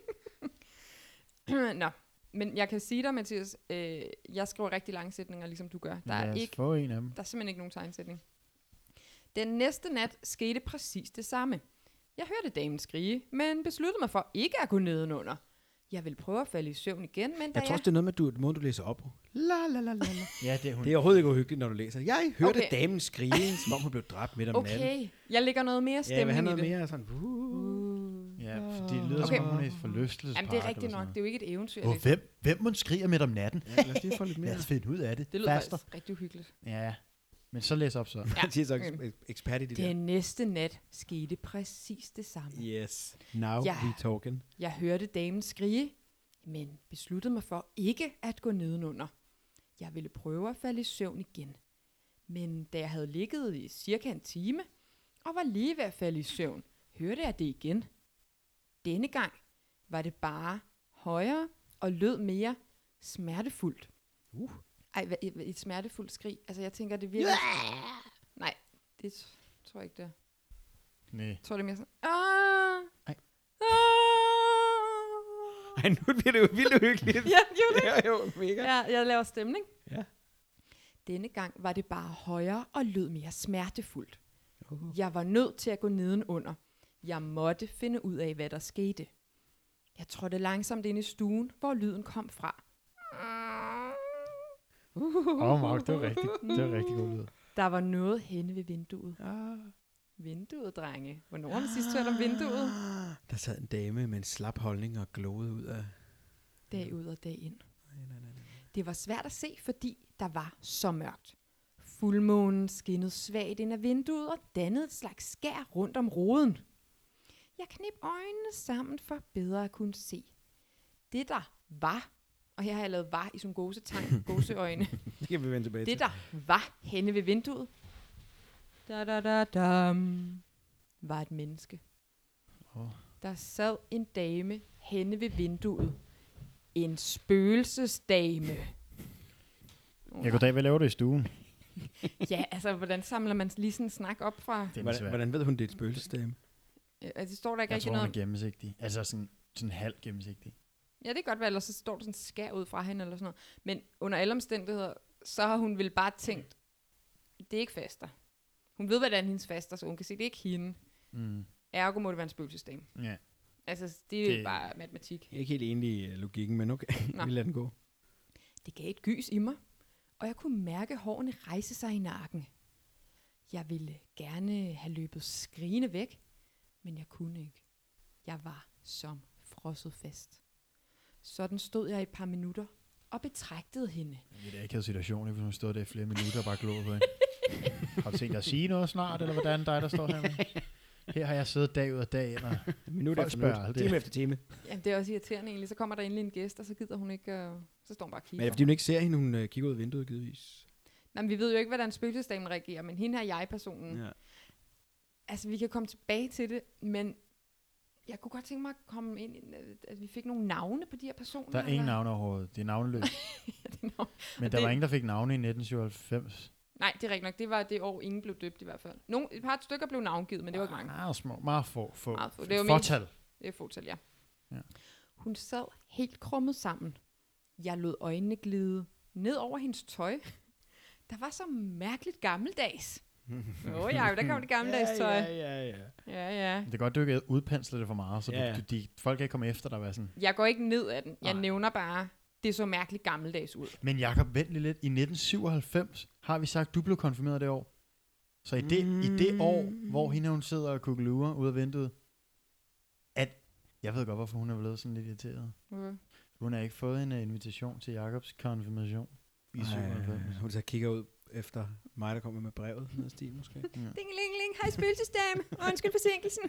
Nå, men jeg kan sige dig, Mathias, øh, jeg skriver rigtig lange sætninger, ligesom du gør. Der er, Lad os ikke, få en af dem. der er simpelthen ikke nogen tegnsætning. Den næste nat skete præcis det samme. Jeg hørte damen skrige, men besluttede mig for ikke at gå nedenunder. Jeg vil prøve at falde i søvn igen, men da Jeg jeg... tror også, det er noget med, du, måden du læser op. La, la, la, la, la. Ja, det er hun. Det er overhovedet ikke uhyggeligt, når du læser. Jeg hørte Okay. okay. damen skrige, som om hun blev dræbt midt om natten. Okay, jeg lægger noget mere Ja, jeg vil stemning have i noget det. mere sådan... Uh. Ja, for det lyder Okay. som om hun er i et forlystelsespark. Jamen, det er rigtigt eller nok. sådan Det er jo ikke et eventyr. noget. jeg Åh, læser. hvem, hvem må skrige midt om natten? Ja, lad os lige få lidt mere. Lad os finde ud af det. Det lyder Faster. faktisk rigtig uhyggeligt. Ja, men så læs op så. Ja. Mathias er okay. okay. ekspert i det der. Den næste nat skete præcis det samme. Yes. Now Ja. we talking. Jeg hørte damen skrige, men besluttede mig for ikke at gå nedenunder. Jeg ville prøve at falde i søvn igen. Men da jeg havde ligget i cirka en time, og var lige ved at falde i søvn, hørte jeg det igen. Denne gang var det bare højere og lød mere smertefuldt. Uh. Ej, hvad, et, et smertefuldt skrig. Altså, jeg tænker, det virker... Nej, det t- tror jeg ikke, det er. Nej. Jeg tror, det er mere sådan... Ah, Ej. ah. Ej, nu bliver det jo vildt uhyggeligt. Ja, gjorde det. Ja, jo, mega. Ja, jeg laver stemning. Ja. Denne gang var det bare højere og lød mere smertefuldt. Uh. Jeg var nødt til at gå nedenunder. Jeg måtte finde ud af, hvad der skete. Jeg trådte langsomt ind i stuen, hvor lyden kom fra. Åh, oh, Mark, det var rigtig, det var rigtig god lyd. Der var noget henne ved vinduet. Ah. Vinduet, drenge. Hvornår har vi sidst hørt om vinduet? Der sad en dame med en slap holdning og glåede ud af... Dag ud og dag ind. Nej, nej, nej, nej. Det var svært at se, fordi der var så mørkt. Fuldmånen skinnede svagt ind af vinduet og dannede et slags skær rundt om roden. Jeg knep øjnene sammen for bedre at kunne se. Det der var, og her har jeg lavet var i sådan gåsetegn, gåseøjne. Det kan vi vende tilbage Det til. der var henne ved vinduet, da, da, da, dam, var et menneske. Åh. Der sad en dame henne ved vinduet. En spøgelsesdame. Oh, Ja, goddag, hvad laver du i stuen? ja, altså, hvordan samler man lige sådan en snak op fra... Det er Hvordan, svært. hvordan ved hun, det er et spøgelsesdame? Øh, Altså, det står der ikke Jeg rigtig tror, hun noget er om. gennemsigtig. Altså sådan, sådan halv gennemsigtig. Ja, det kan godt være, eller så står der sådan skær ud fra hende, eller sådan noget. Men under alle omstændigheder, så har hun vel bare tænkt, det er ikke faster. Hun ved, hvordan hendes faster, så hun kan se, det er ikke hende. Mm. Ergo må det være en spøgelsesdame. Ja. Altså, det er Det- det... bare matematik. Jeg er ikke helt enig i øh, logikken, men okay, Nå. vi lader den gå. Det gav et gys i mig, og jeg kunne mærke hårene rejse sig i nakken. Jeg ville gerne have løbet skrigende væk, Men jeg kunne ikke. Jeg var som frosset fast. Sådan stod jeg i et par minutter og betragtede hende. Det er ikke en situation, hvis hun stod der i flere minutter og bare glod på hende. Har du tænkt dig at sige noget snart, eller hvordan dig, der står her med? Her har jeg siddet dag ud af dag, og Minut folk efter spørger minut, aldrig. time efter time. Jamen, det er også irriterende egentlig. Så kommer der endelig en gæst, og så gider hun ikke, øh, så står hun bare og kigger. Men er det, fordi hun ikke ser hende, hun øh, kigger ud af vinduet, givetvis? Nej, men vi ved jo ikke, hvordan spøgelsesdamen reagerer, men hende her jeg-personen. Ja. Altså, vi kan komme tilbage til det, men jeg kunne godt tænke mig at komme ind, i, at vi fik nogle navne på de her personer. Der er ingen navne overhovedet. Det er navnløst. Men Og der det- var ingen, der fik navne i nitten syvoghalvfems. Nej, det er rigtigt nok. Det var det år, ingen blev døbt i hvert fald. Nogle, et par stykker blev navngivet, men det var ikke mange. Meget små. Meget få. få. Meget få. Det er jo Fortal. Det er fåtal, ja. Ja. Hun sad helt krummet sammen. Jeg lod øjnene glide ned over hendes tøj. Der var så mærkeligt gammeldags. Åh oh, ja, der kom det gammeldags tøj. Ja, ja, ja. Ja, ja. Det er godt, du ikke udpensler det for meget, så Ja, ja. du, de, folk kan ikke komme efter dig. Hvad sådan. Jeg går ikke ned af den. Jeg Nej. nævner bare, det så mærkeligt gammeldags ud. Men Jacob, vent lige lidt. I nitten syvoghalvfems har vi sagt, du blev konfirmeret det år. Så i det, mm. i det år, hvor hende hun sidder og kukkelurer ude af vinduet, at jeg ved godt, hvorfor hun er blevet sådan lidt irriteret. Okay. Hun har ikke fået en uh, invitation til Jacobs konfirmation i Ej, syvoghalvfems. hun så kigger ud efter mig, der kommer med brevet ned ad stien, måske. Ding, ling, ling. Hej, spøgelsesdame. Undskyld forsinkelsen.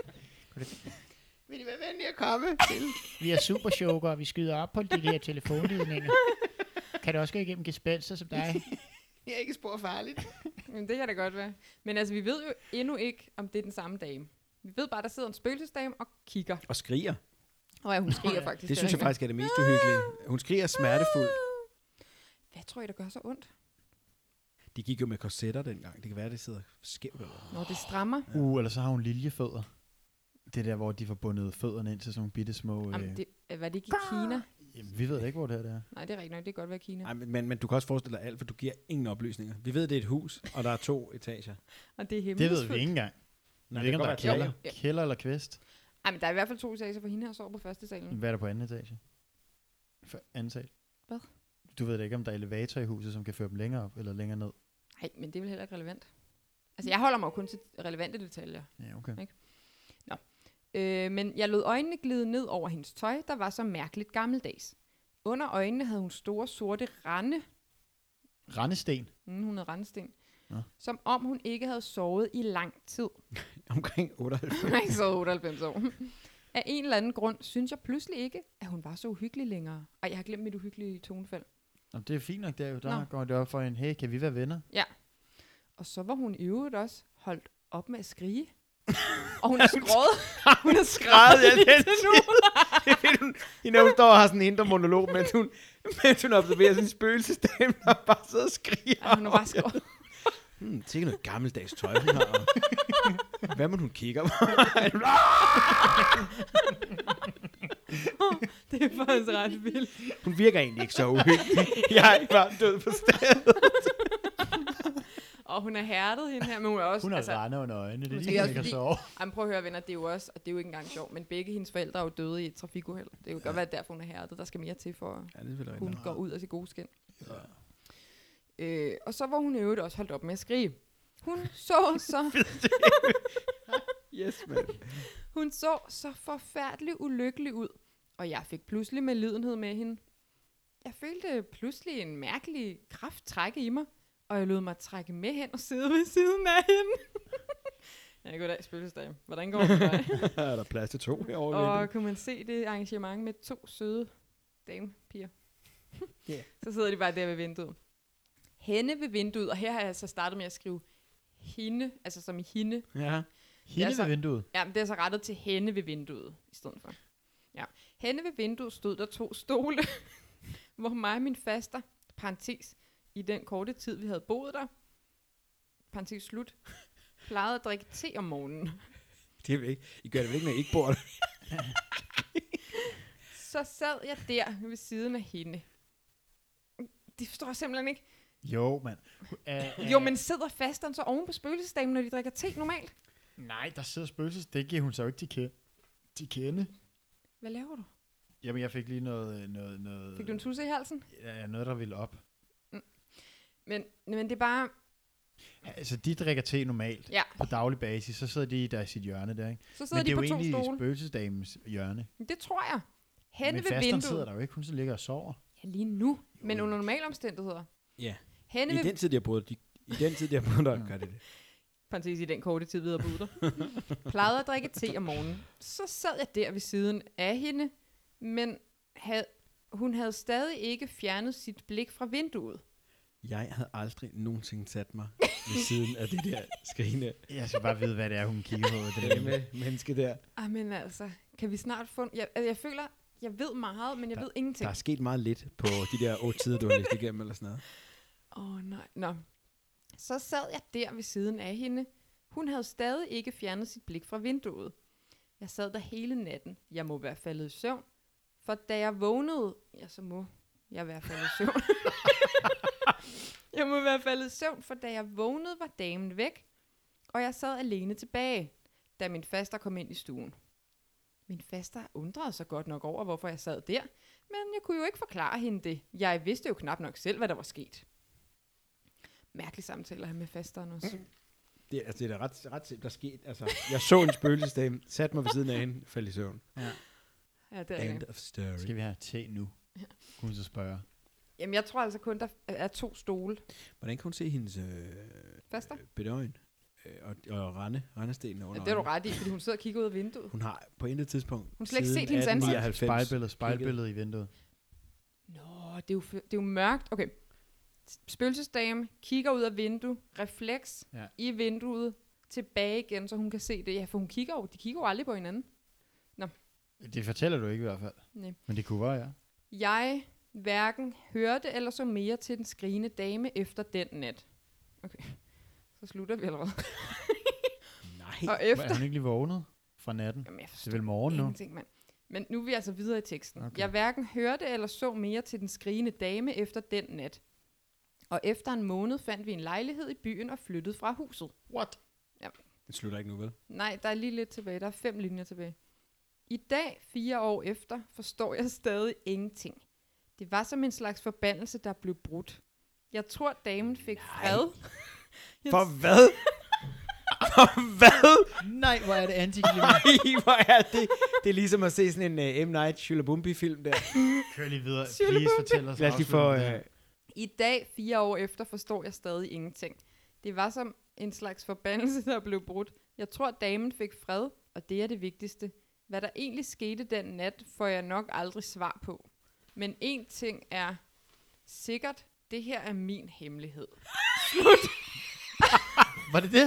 Vil I være venlige at komme til? Vi er supersjoker, og vi skyder op på de der telefonledninger. Kan du også gå igennem gespenster som dig? Det er ikke spor farligt. Men det kan da godt være. Men altså, vi ved jo endnu ikke, om det er den samme dame. Vi ved bare, der sidder en spøgelsesdame og kigger. Og skriger. Og ja, hun skriger faktisk. Det synes jeg faktisk er det mest uhyggelige. Hun skriger smertefuldt. Hvad tror I, der gør så ondt? De gik jo med korsetter dengang. Det kan være, det sidder skævt. Eller? Når det strammer. Uh, eller så har hun liljefødder. Det der, hvor de får bundet fødderne ind til sådan nogle bitte små... Jamen, Øh, det, øh, var det ikke i Kina? jamen, vi ved da ikke, hvor det her det er. Nej, det er rigtigt nok. Det kan godt være Kina. Nej, men, men, men du kan også forestille dig alt, for du giver ingen oplysninger. Vi ved, det er et hus, og der er to etager. Og det er Det ved hemmelighedsfuldt. vi ikke engang. Nej, Jeg ved ikke, om der er det kan godt kælder. være Kælder eller kvist. Ej, men der er i hvert fald to etager, for hende her sover på første salen. Hvad er der på anden etage? For anden etage? Hvad? Du ved da ikke, om der er elevator i huset, som kan føre dem længere op eller længere ned. Nej, men det er vel heller ikke relevant. Altså, jeg holder mig jo kun til relevante detaljer. Ja, okay. Ikke? Øh, men jeg lod øjnene glide ned over hendes tøj, der var så mærkeligt gammeldags. Under øjnene havde hun store sorte rande. Randesten. Mm, hun havde randesten. Nå. Som om hun ikke havde sovet i lang tid. Omkring otteoghalvfems. Hun har ikke sovet otteoghalvfems år. Af en eller anden grund synes jeg pludselig ikke, at hun var så uhyggelig længere. Og jeg har glemt mit uhyggelige tonefald. Jamen, det er fint nok, der, der Nå. går det op for en, hey, kan vi være venner? Og så var hun i øvrigt også holdt op med at skrige. Og hun har skrevet. Hun har skrevet ja, lidt den til nu. Det er fedt, hun, hende, hun står og har sådan en indre monolog, mens hun, mens hun observerer sin spøgelsesdame, der bare sidder og skriger. Ja, hun har bare skrevet. Hmm, det er noget gammeldags tøj, hun har. Hvad må hun kigger på? Det er faktisk ret vildt. Hun virker egentlig ikke så uhyggelig. Jeg er bare død på stedet. Og hun er hærdet hende her, men hun er også... Hun har altså, altså, rande under øjnene, det er måske lige, også hun kan fordi- sove. Ej, prøv at høre, venner, det er jo også, og det er jo ikke engang sjovt, men begge hendes forældre er jo døde i et trafikuheld. Det er jo godt være derfor, hun er hærdet. Der skal mere til, for Ja, det er selvfølgelig hun rigtigt. går ud af sit gode skin. Ja. Øh, og så var hun i øvrigt også holdt op med at skrige. Hun så så, Yes, man. hun så så forfærdeligt ulykkelig ud, og jeg fik pludselig medlidenhed med hende. Jeg følte pludselig en mærkelig kraft trække i mig, og jeg lod mig trække med hen og sidde ved siden af hende. Ja, goddag, spøgelsesdame. Hvordan går det for dig? Er der plads til to herovre? i Og vinduet? kunne man se det arrangement med to søde damepiger. Ja. Så sidder de bare der ved vinduet. Hende ved vinduet, og her har jeg så startet med at skrive hende, altså som i hende. Ja. Hende så- ved vinduet. Ja, men det er så rettet til hende ved vinduet i stedet for. Ja. Henne ved vinduet stod der to stole, hvor mig og min faster, parentes, i den korte tid, vi havde boet der, parentes slut, plejede at drikke te om morgenen. Det er vel ikke. I gør det vel ikke, når I ikke bor der? Så sad jeg der ved siden af hende. Det forstår jeg simpelthen ikke. Jo, mand. Uh, Jo, men sidder fasteren så oven på spøgelsesdamen, når de drikker te normalt? Nej, der sidder spøgelses. Det giver hun så jo ikke til, ke- til kende. Hvad laver du? Jamen, jeg fik lige noget... noget, noget Fik du en tusse i halsen? Ja, noget, der ville op. Men, men det er bare... Altså, de drikker te normalt Ja. på daglig basis, så sidder de der i sit hjørne der, ikke? Så sidder Men det de er på jo to egentlig stole. spøgelsesdamens hjørne. Det tror jeg. Henne Men ved fasteren vinduet. sidder der jo ikke, hun så ligger og sover. Ja, lige nu. Men under normale omstændigheder. Ja. Henne I ved... den tid, de har boet, de, i den tid, de har boet, der gør det det. Parentes i den korte tid, vi havde boet der. Plejede at drikke te om morgenen. Så sad jeg der ved siden af hende, men havde, hun havde stadig ikke fjernet sit blik fra vinduet. Jeg havde aldrig nogensinde sat mig ved siden af det der skrigende Jeg skal bare vide, hvad det er, hun kigger på. Det der. med menneske der. Ej, men altså, kan vi snart få... Jeg, altså, jeg føler, jeg ved meget, men jeg Der- ved ingenting. Der er sket meget lidt på de der otte tider, du har læst igennem eller sådan noget. Åh, oh, nej. Nå. Så sad jeg der ved siden af hende. Hun havde stadig ikke fjernet sit blik fra vinduet. Jeg sad der hele natten. Jeg må være faldet i søvn. For da jeg vågnede... Ja, så må jeg være faldet i søvn. jeg må være faldet i søvn, for da jeg vågnede, var damen væk. Og jeg sad alene tilbage, da min faster kom ind i stuen. Min faster undrede sig godt nok over, hvorfor jeg sad der. Men jeg kunne jo ikke forklare hende det. Jeg vidste jo knap nok selv, hvad der var sket. Mærkelig samtale at have med fasteren også. Det, altså, det er da ret, ret simpelt, der skete. Altså, jeg så en spøgelsesdame, satte mig ved siden af hende, faldt i søvn. Ja, det er End rigtigt. of story. Skal vi have te nu? Ja. Kunne hun så spørge. Jamen, jeg tror altså kun, der er to stole. Hvordan kan hun se hendes øh, Faster? øh, bedøjen øh, og, og rende, rendestenene Ja, under det er du øjnene? ret i, fordi hun sidder og kigger ud af vinduet. Hun har på intet tidspunkt Hun har slet ikke siden set hendes ansigt. atten nioghalvfems Spejlbillede, spejlbillede i vinduet. Nå, det er jo, f- det er jo mørkt. Okay. Spøgelsesdame kigger ud af vinduet, refleks Ja. i vinduet, tilbage igen, så hun kan se det. Ja, for hun kigger jo, de kigger jo aldrig på hinanden. Det fortæller du ikke i hvert fald. Nej. Men det kunne være, ja. Jeg hverken hørte eller så mere til den skrigende dame efter den nat. Okay, så slutter vi allerede. Nej. Og Er efter... hun ikke lige vågnet fra natten? Jamen, jeg Det er vel morgen nu. ingenting, mand. Men nu er vi altså videre i teksten. Okay. Okay. Jeg hverken hørte eller så mere til den skrigende dame efter den nat. Og efter en måned fandt vi en lejlighed i byen og flyttede fra huset. What? Det slutter ikke nu, vel? Nej, der er lige lidt tilbage. Der er fem linjer tilbage. I dag, fire år efter, forstår jeg stadig ingenting. Det var som en slags forbandelse, der blev brudt. Jeg tror, damen fik fred. Jeg For hvad? For hvad? Nej, hvor er det antiklimax. Nej, hvor er det? Det er ligesom at se sådan en uh, M. Night Shyamalan-film der. Kør lige videre. Siger du Please på fortæl os. Lad os lige få... afslutningen Uh, der. I dag, fire år efter, forstår jeg stadig ingenting. Det var som en slags forbandelse, der blev brudt. Jeg tror, damen fik fred, og det er det vigtigste. Hvad der egentlig skete den nat, får jeg nok aldrig svar på. Men en ting er sikkert, det her er min hemmelighed. Var det det?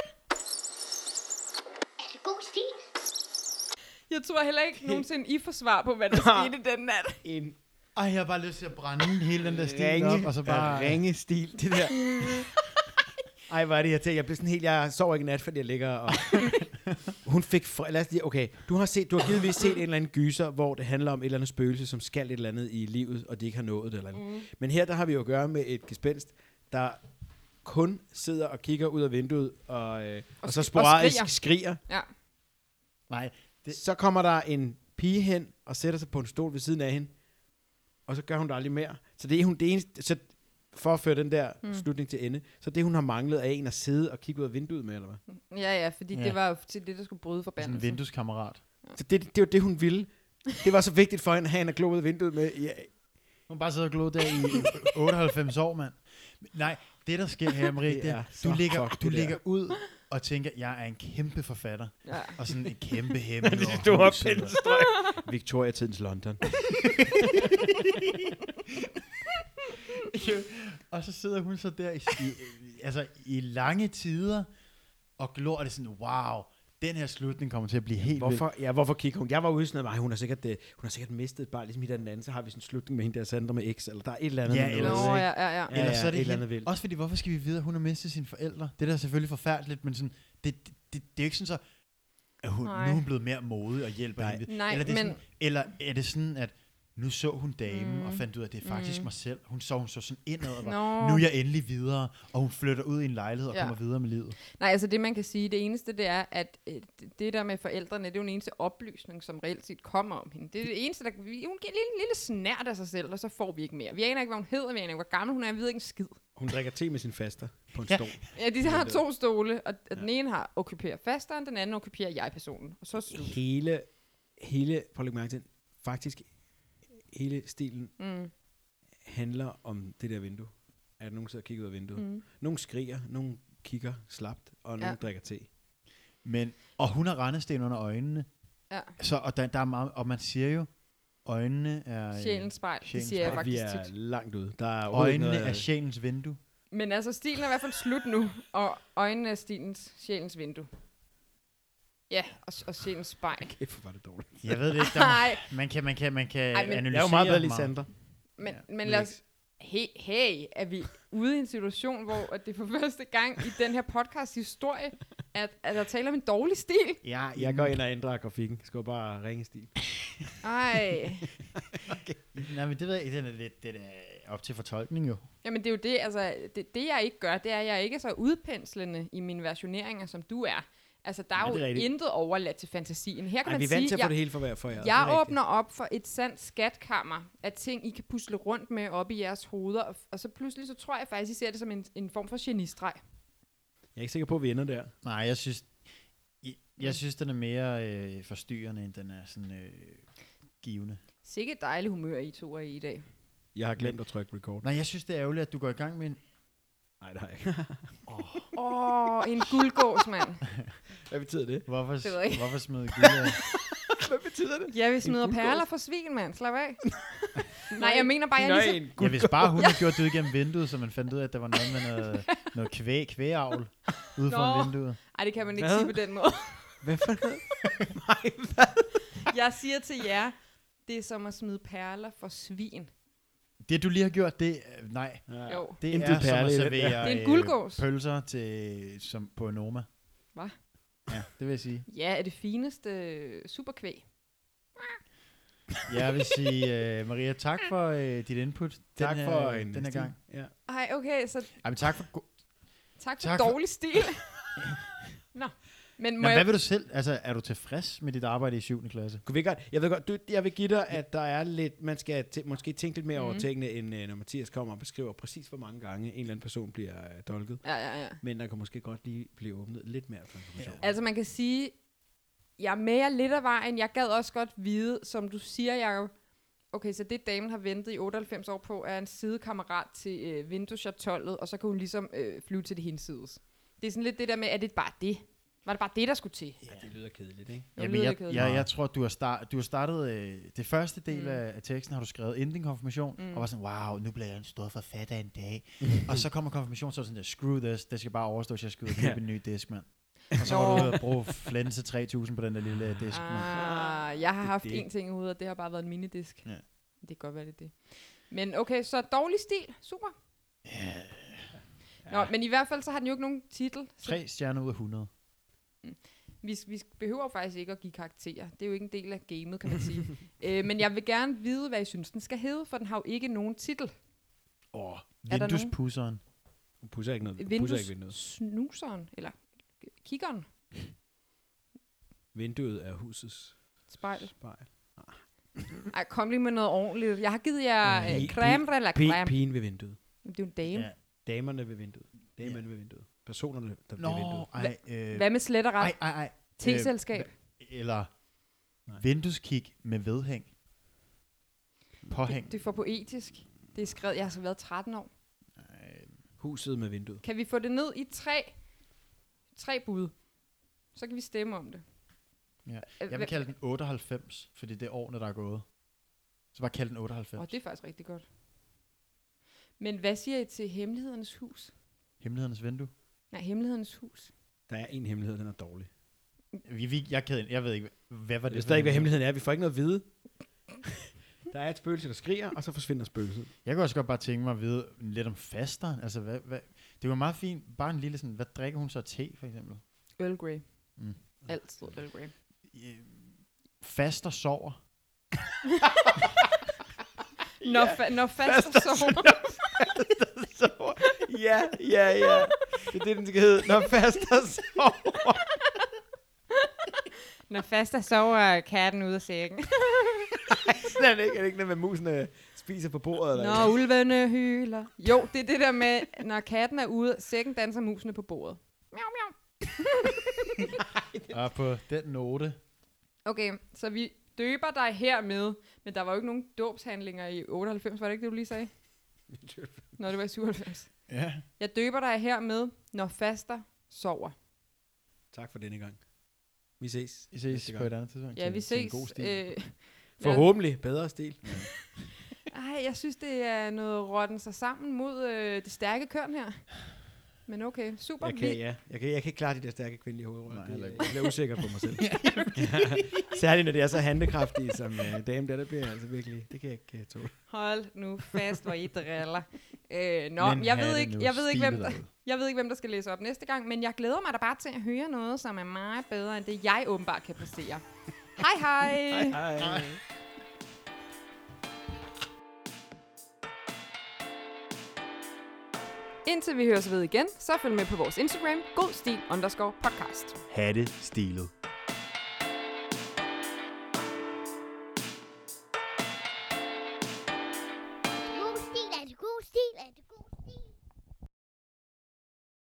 Er det god stil? Jeg tror heller ikke nogensinde, I får svar på, hvad der skete den nat. en Ej, jeg har bare lyst til at brænde hele den der stil ringe, op, og så bare... ringe stil, det der. Ej, hvor er det, jeg tænker. Jeg bliver sådan helt... Jeg sover ikke i nat, fordi jeg ligger og... Hun fik... Fr- Lad os lige... Okay, du har, set, du har givetvis set en eller anden gyser, hvor det handler om et eller andet spøgelse, som skal et eller andet i livet, og de ikke har nået det eller andet. Mm. Men her, der har vi jo at gøre med et gespenst, der kun sidder og kigger ud af vinduet, og, øh, og, og så sk- sporadisk og skriger. skriger. Ja. Nej, Det. Så kommer der en pige hen og sætter sig på en stol ved siden af hende, og så gør hun det aldrig mere. Så det er hun det eneste... Så for at føre den der mm. slutning til ende, så det hun har manglet er en at sidde og kigge ud af vinduet med, eller hvad? Ja, ja, fordi Ja. ja. det var jo til det, der skulle bryde sådan en forbandelsen. vindueskammerat. Så det, det var det, hun ville. Det var så vigtigt for hende at have en at glo ud af vinduet med. Ja, Hun bare sidder og glod der i otteoghalvfems år, mand. Nej, det der sker her, Marie, Det det er er, så du ligger, fuck, du det der. ligger ud og tænker, jeg er en kæmpe forfatter. Ja. Og sådan en kæmpe hemmelighed. det over store huset. penselstrøg. Victoria-tidens London. Og så sidder hun så der i, i, altså, i lange tider og glor, og det er sådan, wow, den her slutning kommer til at blive helt Hvorfor, ja, hvorfor kigger hun? Jeg var ude sådan noget, hun har sikkert, øh, hun har sikkert mistet et barn, ligesom i den anden, så har vi sådan en slutning med hende der Sandra med X, eller der er et eller andet. Ja, med eller noget, Nå, ikke? ja, ja, ja. Ja, Ellers så er et det eller helt, andet vildt. også fordi, hvorfor skal vi vide, at hun har mistet sine forældre? Det er da selvfølgelig forfærdeligt, men sådan, det, det, det, det er jo ikke sådan så, at hun, nu Nej. er hun blevet mere modig og hjælper Nej. hende. Nej, eller, det er men- sådan, eller er det sådan, at nu så hun damen, Mm. og fandt ud af, at det er faktisk Mm. mig selv. Hun så, hun så sådan indad, og var, Nå. nu er jeg endelig videre, og hun flytter ud i en lejlighed og Ja. kommer videre med livet. Nej, altså det man kan sige, det eneste det er, at øh, det- det der med forældrene, det er jo den eneste oplysning, som reelt set kommer om hende. Det er det eneste, der hun giver en lille, lille snært af sig selv, og så får vi ikke mere. Vi aner ikke, hvad hun hedder, vi aner ikke, hvor gammel hun er, vi ved ikke en skid. Hun drikker te med sin faster på en Ja. stol. Ja, de har to stole, og Ja. den ene har okkuperer fasteren, den anden okkuperer jeg-personen. Og så er slut. Hele, hele, prøv at lægge mærke til, faktisk hele stilen Mm, handler om det der vindue. At nogen sidder og kigger ud af vinduet. mm. Nogle skriger, nogle kigger slapt, og nogle Ja. drikker te. Men, og hun har rendesten under øjnene. Ja. Så, og, der, der er meget, og man siger jo, øjnene er... øh, Sjælens spejl, det sjælens siger jeg Og vi faktisk er tit. langt ude. Der er overhovedet ikke Øjnene noget er sjælens vindue. Men altså, stilen er i hvert fald slut nu, og øjnene er stilens, sjælens vindue. Ja, og, og sjælens spejl. Kæft, hvor var det dårligt. Jeg ved det ikke, der Nej, må, man kan, man kan, man kan Ej, men- analysere Jeg er jo meget bedre meget. Lisandra. men, Ja, men lad os... Hey, hey, er vi ude i en situation, hvor at det for første gang i den her podcast historie, at, at der taler om en dårlig stil? Ja, Jeg går ind og ændrer grafikken. Skal jo bare ringe stil. Ej. Nej, men det ved jeg ikke, det er lidt det er op til fortolkning jo. Jamen det er jo det, altså, det, det jeg ikke gør, det er, at jeg er ikke så udpenslende i mine versioneringer, som du er. Altså, der er Ja, jo det er rigtigt. intet overladt til fantasien. Her kan Ej, man vi er sige, vant til at få jeg, det hele for hver for jer. jeg åbner op for et sandt skatkammer af ting, I kan pusle rundt med op i jeres hoveder, og, og så pludselig så tror jeg faktisk, I ser det som en, en form for genistreg. Jeg er ikke sikker på, at vi ender der. Nej, jeg synes, jeg, jeg synes den er mere øh, forstyrrende, end den er sådan øh, givende. Sikke et dejligt humør, I to er i i dag. Jeg har glemt at trykke record. Nej, jeg synes, det er ærgerligt, at du går i gang med en... Nej, det har jeg ikke. Åh, oh, en guldgås, mand. Hvad betyder det? Hvorfor, Det ved jeg ikke. hvorfor smider guld af? Hvad betyder det? Ja, vi smider guldgås? perler for svin, mand. Slap af. Nej, jeg mener bare, jeg er Nej, lige så... en Ja, hvis bare hun havde gjort det ud gennem vinduet, så man fandt ud af, at der var noget med noget, noget kvæg, kvægavl ude Nå. foran vinduet. Ej, det kan man ikke Hvad? sige på den måde. Hvad for noget? Nej, hvad? Jeg siger til jer, det er som at smide perler for svin. Det, du lige har gjort, det er- nej. Ja. Jo. Det Intet er som perle at i den servere der. Det er en øh, guldgås. pølser til, som på Noma. Hvad? Ja, det vil jeg sige. Ja, er det fineste øh, superkvæg. Jeg vil sige, uh, Maria, tak for uh, dit input. Tak den for her, en den her stil. gang. Ja. Ej, okay, så Ej, men tak for... go- tak for Tak for- dårlig stil. Nå, men må Nå, hvad jeg... vil du selv? Altså, er du tilfreds med dit arbejde i syvende klasse? Kunne vi godt, jeg ved godt, du, jeg vil give dig, at der er lidt, man skal tæ- måske tænke lidt mere Mhm. over tingene, end uh, når Mathias kommer og beskriver præcis, hvor mange gange en eller anden person bliver uh, dolket. Ja, ja, ja. Men der kan måske godt lige blive åbnet lidt mere for information. Ja. Altså, man kan sige, jeg er med jer lidt af vejen. Jeg gad også godt vide, som du siger, Jacob. Okay, så det damen har ventet i otteoghalvfems år på, er en sidekammerat til øh, vindueschatollet, og så kan hun ligesom øh, flyve til det hinsides. Det er sådan lidt det der med, er det bare det? Var det bare det, der skulle til? Ja, det lyder kedeligt, ikke? Det Jamen, lyder jeg, lidt kedeligt. jeg, jeg tror, du har, start, du har startet... Øh, det første del Mm. mm. af, af teksten har du skrevet inden din konfirmation, Mm. mm. og var sådan, wow, nu bliver jeg en stor forfatter en dag. Og så kommer konfirmation, så er du sådan der, screw this, det skal bare overstå, så jeg skal ud og købe Ja. en ny disk, mand. Og så var du ude og bruge flænse tre tusind på den der lille disk, mand. Ah, jeg har Det er haft det. én ting i hovedet, og det har bare været en minidisk. Ja. Det kan godt være, det er det. Men okay, så dårlig stil. Super. Ja. Nå, men i hvert fald så har den jo ikke nogen titel. Så Tre stjerner ud af hundrede. vi, vi behøver jo faktisk ikke at give karakterer. Det er jo ikke en del af gamet, kan man sige. øh, men jeg vil gerne vide, hvad I synes, den skal hedde, for den har jo ikke nogen titel. Åh, Er der nogen? vinduespusseren. Hun pusser ikke noget. Hun pusser ikke vinduet. Vindussnuseren, eller kiggeren, Vinduet er husets spejl. spejl. Ej, kom lige med noget ordentligt. Jeg har givet jer Pi- øh, creme eller P- creme. pigen ved vinduet. Det er jo en dame. Ja. Damerne ved vinduet. Damerne ved vinduet. Personerne, der ved Nå, vinduet. ej, øh, Hvad med slet og ret? ej, ej, ej. T-selskab. Øh, eller Nej. vindueskig med vedhæng. Påhæng. Det, det er for poetisk. Det er skrevet, jeg har så været tretten år. Ej, Huset med vinduet. Kan vi få det ned i tre, tre bud? Så kan vi stemme om det. Ja. Øh, Jeg vil kalde den otteoghalvfems, fordi det er årene, der er gået. Så bare kalde den otteoghalvfems. Åh, det er faktisk rigtig godt. Men hvad siger I til Hemmelighedernes Hus? Hemmelighedernes vindue. Nej, Hemmelighedernes Hus. Der er en hemmelighed, den er dårlig. Vi, vi, jeg, kan, jeg ved ikke, hvad var Jeg det? ved for stadig ikke, hvad en- hemmeligheden er. Vi får ikke noget at vide. Der er et spøgelse, der skriger, og så forsvinder spøgelset. Jeg kunne også godt bare tænke mig at vide lidt om fasteren. Altså, hvad, hvad, det var meget fint. Bare en lille sådan, hvad drikker hun så te, for eksempel? Earl Grey. Mm. Altid Earl Grey. Øh, Faster sover. Når, fa- når faster sover. Så, ja, ja, ja. Det er det, den skal hedde. Når faster sover. Når faster sover, er katten ude af sækken. Er det ikke, er det ikke noget med, musene spiser på bordet? Eller Når ulvene hyler. Jo, det er det der med, når katten er ude, sækken danser musene på bordet. Miau, miau. Og på den note. Okay, så vi døber dig hermed, men der var jo ikke nogen dåbshandlinger i otteoghalvfems, var det ikke det, du lige sagde? Nå, det var i syvoghalvfems. Ja. Jeg døber dig hermed, når faster sover. Tak for denne gang. Vi ses. Vi ses på et andet tidspunkt. Ja, til- vi til en ses. god stil. Øh, Forhåbentlig bedre stil. ej, jeg synes, det er noget rotten sig sammen mod øh, det stærke køn her. Men okay, super. Jeg kan, ja. jeg, kan, jeg kan ikke klare de der stærke kvindelige hovedrører. Nej, Det- heller ikke. Jeg bliver usikker på mig selv. Særligt når det er så handlekraftige som uh, dame, der, der bliver jeg altså virkelig, det kan jeg ikke uh, tåle. Hold nu fast, hvor I driller. Øh, nå, Men jeg have ved, det ikke, nu jeg, ved ikke, hvem stilet der, ud. jeg ved ikke, hvem der skal læse op næste gang, men jeg glæder mig da bare til at høre noget, som er meget bedre, end det jeg åbenbart kan præstere. Hej hej! Hej. Hej. Indtil vi høres ved igen, så følg med på vores Instagram, godstil underscore podcast. Ha' det stilet.